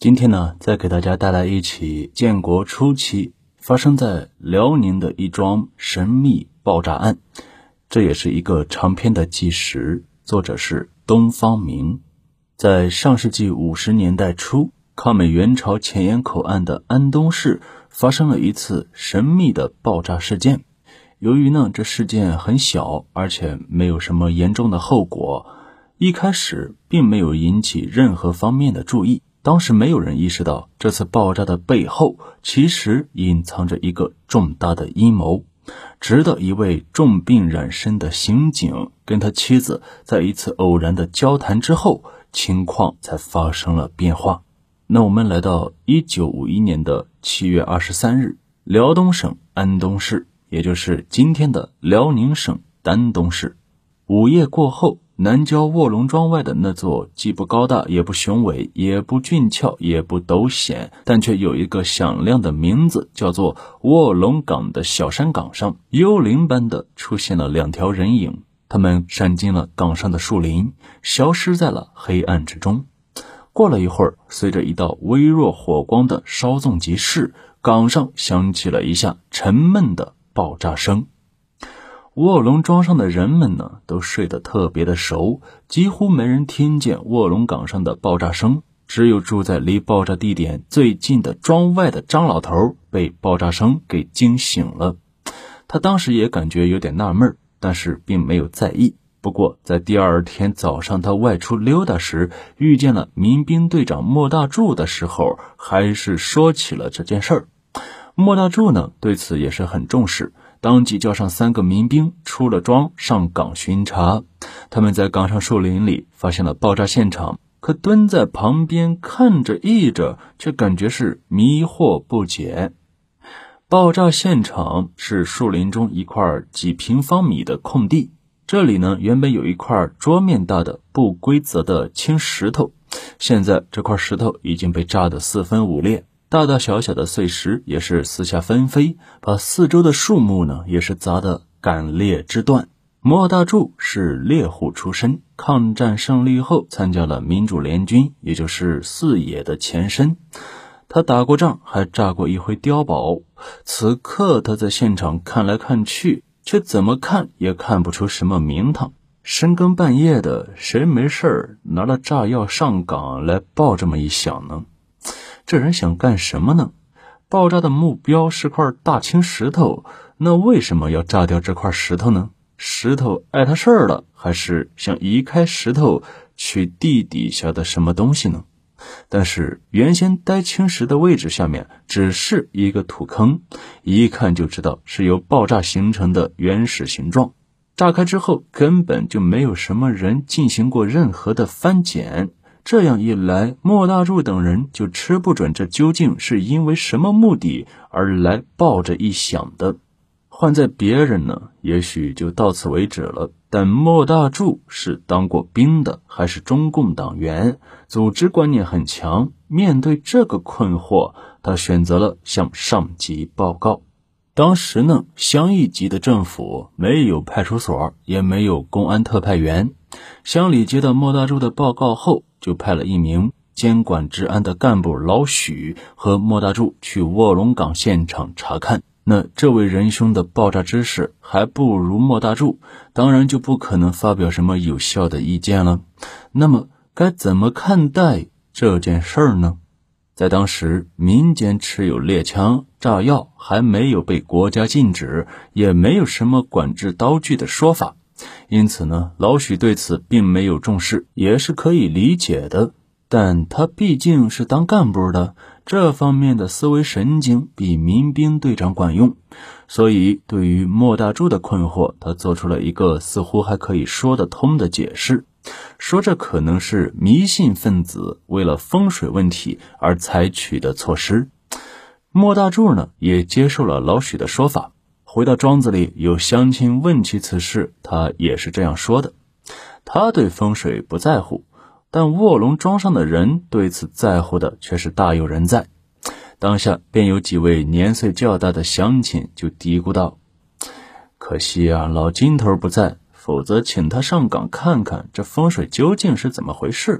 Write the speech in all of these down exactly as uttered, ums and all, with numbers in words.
今天呢，再给大家带来一起建国初期发生在辽宁的一桩神秘爆炸案，这也是一个长篇的纪实，作者是东方明。在上世纪五十年代初，抗美援朝前沿口岸的安东市发生了一次神秘的爆炸事件。由于呢这事件很小，而且没有什么严重的后果，一开始并没有引起任何方面的注意。当时没有人意识到这次爆炸的背后其实隐藏着一个重大的阴谋，直到一位重病染身的刑警跟他妻子在一次偶然的交谈之后，情况才发生了变化。那我们来到一九五一年的七月二十三日，辽东省安东市，也就是今天的辽宁省丹东市。午夜过后，南郊卧龙庄外的那座既不高大也不雄伟也不俊俏也不陡险，但却有一个响亮的名字叫做卧龙岗的小山岗上，幽灵般的出现了两条人影，他们闪进了岗上的树林，消失在了黑暗之中。过了一会儿，随着一道微弱火光的稍纵即逝，岗上响起了一下沉闷的爆炸声。卧龙庄上的人们呢，都睡得特别的熟，几乎没人听见卧龙岗上的爆炸声，只有住在离爆炸地点最近的庄外的张老头被爆炸声给惊醒了。他当时也感觉有点纳闷，但是并没有在意。不过在第二天早上他外出溜达时，遇见了民兵队长莫大柱的时候，还是说起了这件事儿。莫大柱呢，对此也是很重视，当即叫上三个民兵出了庄上岗巡查。他们在岗上树林里发现了爆炸现场，可蹲在旁边看着译着，却感觉是迷惑不解。爆炸现场是树林中一块几平方米的空地，这里呢原本有一块桌面大的不规则的青石头，现在这块石头已经被炸得四分五裂，大大小小的碎石也是四下纷飞，把四周的树木呢也是砸得干裂枝断。莫大柱是猎户出身，抗战胜利后参加了民主联军，也就是四野的前身。他打过仗，还炸过一回碉堡。此刻他在现场看来看去，却怎么看也看不出什么名堂。深更半夜的，谁没事拿了炸药上岗来爆这么一响呢？这人想干什么呢？爆炸的目标是块大青石头，那为什么要炸掉这块石头呢？石头碍他事儿了，还是想移开石头去地底下的什么东西呢？但是原先待青石的位置下面只是一个土坑，一看就知道是由爆炸形成的原始形状。炸开之后根本就没有什么人进行过任何的翻检，这样一来，莫大柱等人就吃不准这究竟是因为什么目的而来抱着一响的。换在别人呢，也许就到此为止了，但莫大柱是当过兵的，还是中共党员，组织观念很强。面对这个困惑，他选择了向上级报告。当时呢，乡一级的政府没有派出所，也没有公安特派员。乡里接到莫大柱的报告后，就派了一名监管治安的干部老许和莫大柱去卧龙岗现场查看。那这位仁兄的爆炸知识还不如莫大柱，当然就不可能发表什么有效的意见了。那么该怎么看待这件事儿呢？在当时，民间持有猎枪、炸药还没有被国家禁止，也没有什么管制刀具的说法，因此呢，老许对此并没有重视，也是可以理解的。但他毕竟是当干部的，这方面的思维神经比民兵队长管用，所以对于莫大柱的困惑，他做出了一个似乎还可以说得通的解释，说这可能是迷信分子为了风水问题而采取的措施。莫大柱呢，也接受了老许的说法。回到庄子里，有乡亲问起此事，他也是这样说的。他对风水不在乎，但卧龙庄上的人对此在乎的却是大有人在。当下便有几位年岁较大的乡亲就嘀咕道：可惜啊，老金头不在，否则请他上岗看看这风水究竟是怎么回事。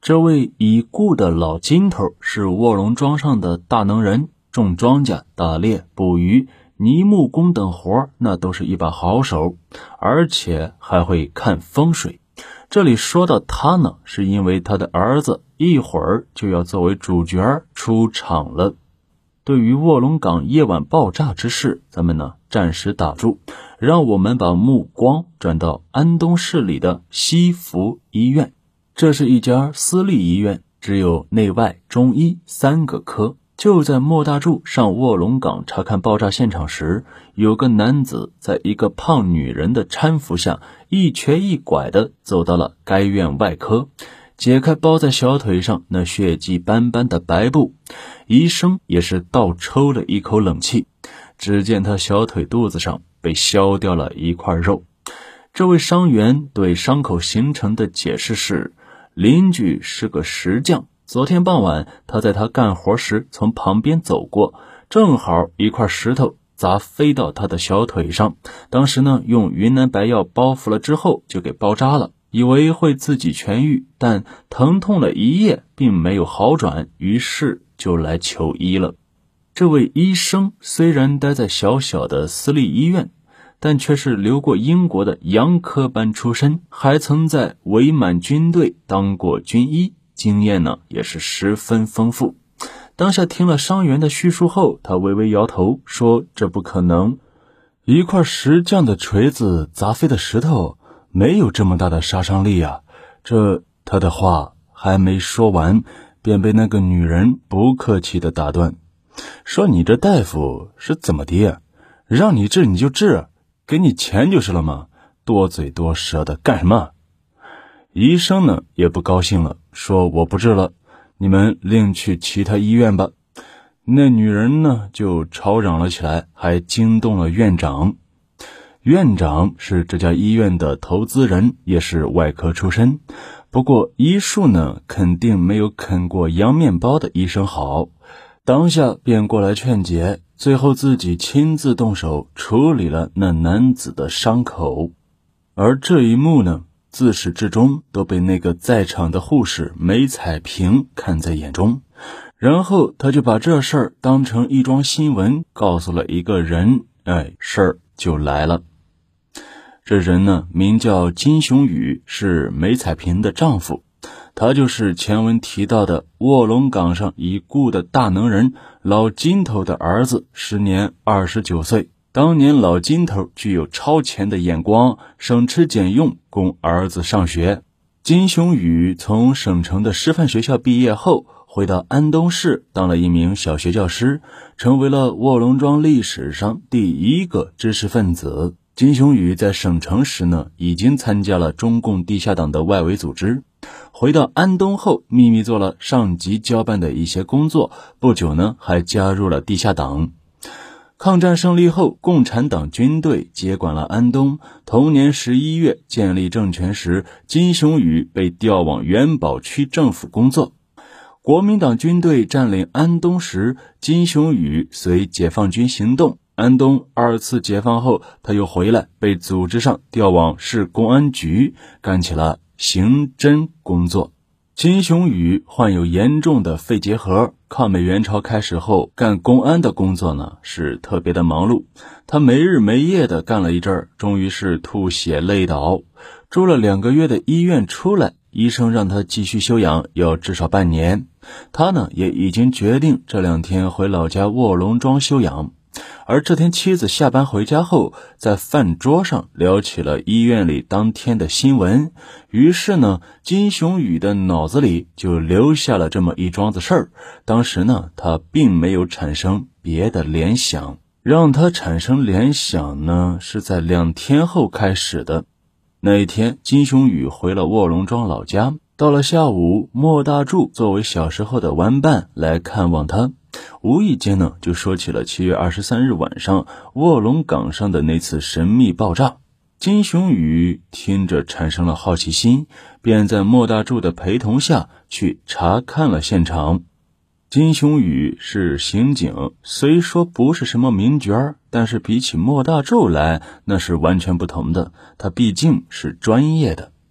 这位已故的老金头是卧龙庄上的大能人，种庄稼、打猎、捕鱼、泥木工等活那都是一把好手，而且还会看风水。这里说到他呢，是因为他的儿子一会儿就要作为主角出场了。对于卧龙岗夜晚爆炸之事，咱们呢暂时打住，让我们把目光转到安东市里的西福医院。这是一家私立医院，只有内外中医三个科。就在莫大柱上卧龙岗查看爆炸现场时，有个男子在一个胖女人的搀扶下，一瘸一拐地走到了该院外科，解开包在小腿上那血迹斑斑的白布。医生也是倒抽了一口冷气，只见他小腿肚子上被削掉了一块肉。这位伤员对伤口形成的解释是，邻居是个石匠，昨天傍晚他在他干活时从旁边走过，正好一块石头砸飞到他的小腿上，当时呢用云南白药包覆了之后就给包扎了，以为会自己痊愈，但疼痛了一夜并没有好转，于是就来求医了。这位医生虽然待在小小的私立医院，但却是留过英国的洋科班出身，还曾在伪满军队当过军医，经验呢也是十分丰富。当下听了伤员的叙述后，他微微摇头说，这不可能，一块石匠的锤子砸飞的石头没有这么大的杀伤力啊！这他的话还没说完，便被那个女人不客气地打断，说你这大夫是怎么的？让你治你就治，给你钱就是了嘛，多嘴多舌的干什么？医生呢也不高兴了，说我不治了，你们另去其他医院吧。那女人呢就吵嚷了起来，还惊动了院长。院长是这家医院的投资人，也是外科出身，不过医术呢肯定没有啃过洋面包的医生好，当下便过来劝解，最后自己亲自动手处理了那男子的伤口。而这一幕呢，自始至终都被那个在场的护士梅彩萍看在眼中，然后他就把这事儿当成一桩新闻告诉了一个人，哎，事儿就来了。这人呢名叫金雄宇，是梅彩萍的丈夫，他就是前文提到的卧龙岗上已故的大能人老金头的儿子，时年二十九岁。当年老金头具有超前的眼光，省吃俭用供儿子上学。金雄宇从省城的师范学校毕业后，回到安东市当了一名小学教师，成为了卧龙庄历史上第一个知识分子。金雄宇在省城时呢，已经参加了中共地下党的外围组织。回到安东后，秘密做了上级交办的一些工作，不久呢，还加入了地下党。抗战胜利后，共产党军队接管了安东。同年十一月建立政权时，金雄宇被调往元宝区政府工作。国民党军队占领安东时，金雄宇随解放军行动。安东二次解放后，他又回来，被组织上调往市公安局，干起了刑侦工作。金雄宇患有严重的肺结核，抗美援朝开始后，干公安的工作呢是特别的忙碌。他没日没夜的干了一阵儿，终于是吐血累倒，住了两个月的医院出来，医生让他继续休养，要至少半年。他呢也已经决定这两天回老家卧龙庄休养。而这天妻子下班回家后，在饭桌上聊起了医院里当天的新闻，于是呢金雄宇的脑子里就留下了这么一桩子事儿。当时呢他并没有产生别的联想，让他产生联想呢是在两天后开始的。那一天金雄宇回了卧龙庄老家，到了下午，莫大柱作为小时候的玩伴来看望他，无意间呢就说起了七月二十三日晚上卧龙岗上的那次神秘爆炸。金雄宇听着产生了好奇心，便在莫大柱的陪同下去查看了现场。金雄宇是刑警，虽说不是什么名角，但是比起莫大柱来，那是完全不同的，他毕竟是专业的。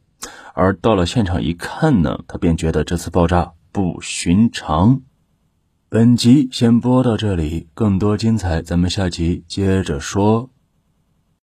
而到了现场一看呢，他便觉得这次爆炸不寻常。本集先播到这里，更多精彩咱们下集接着说。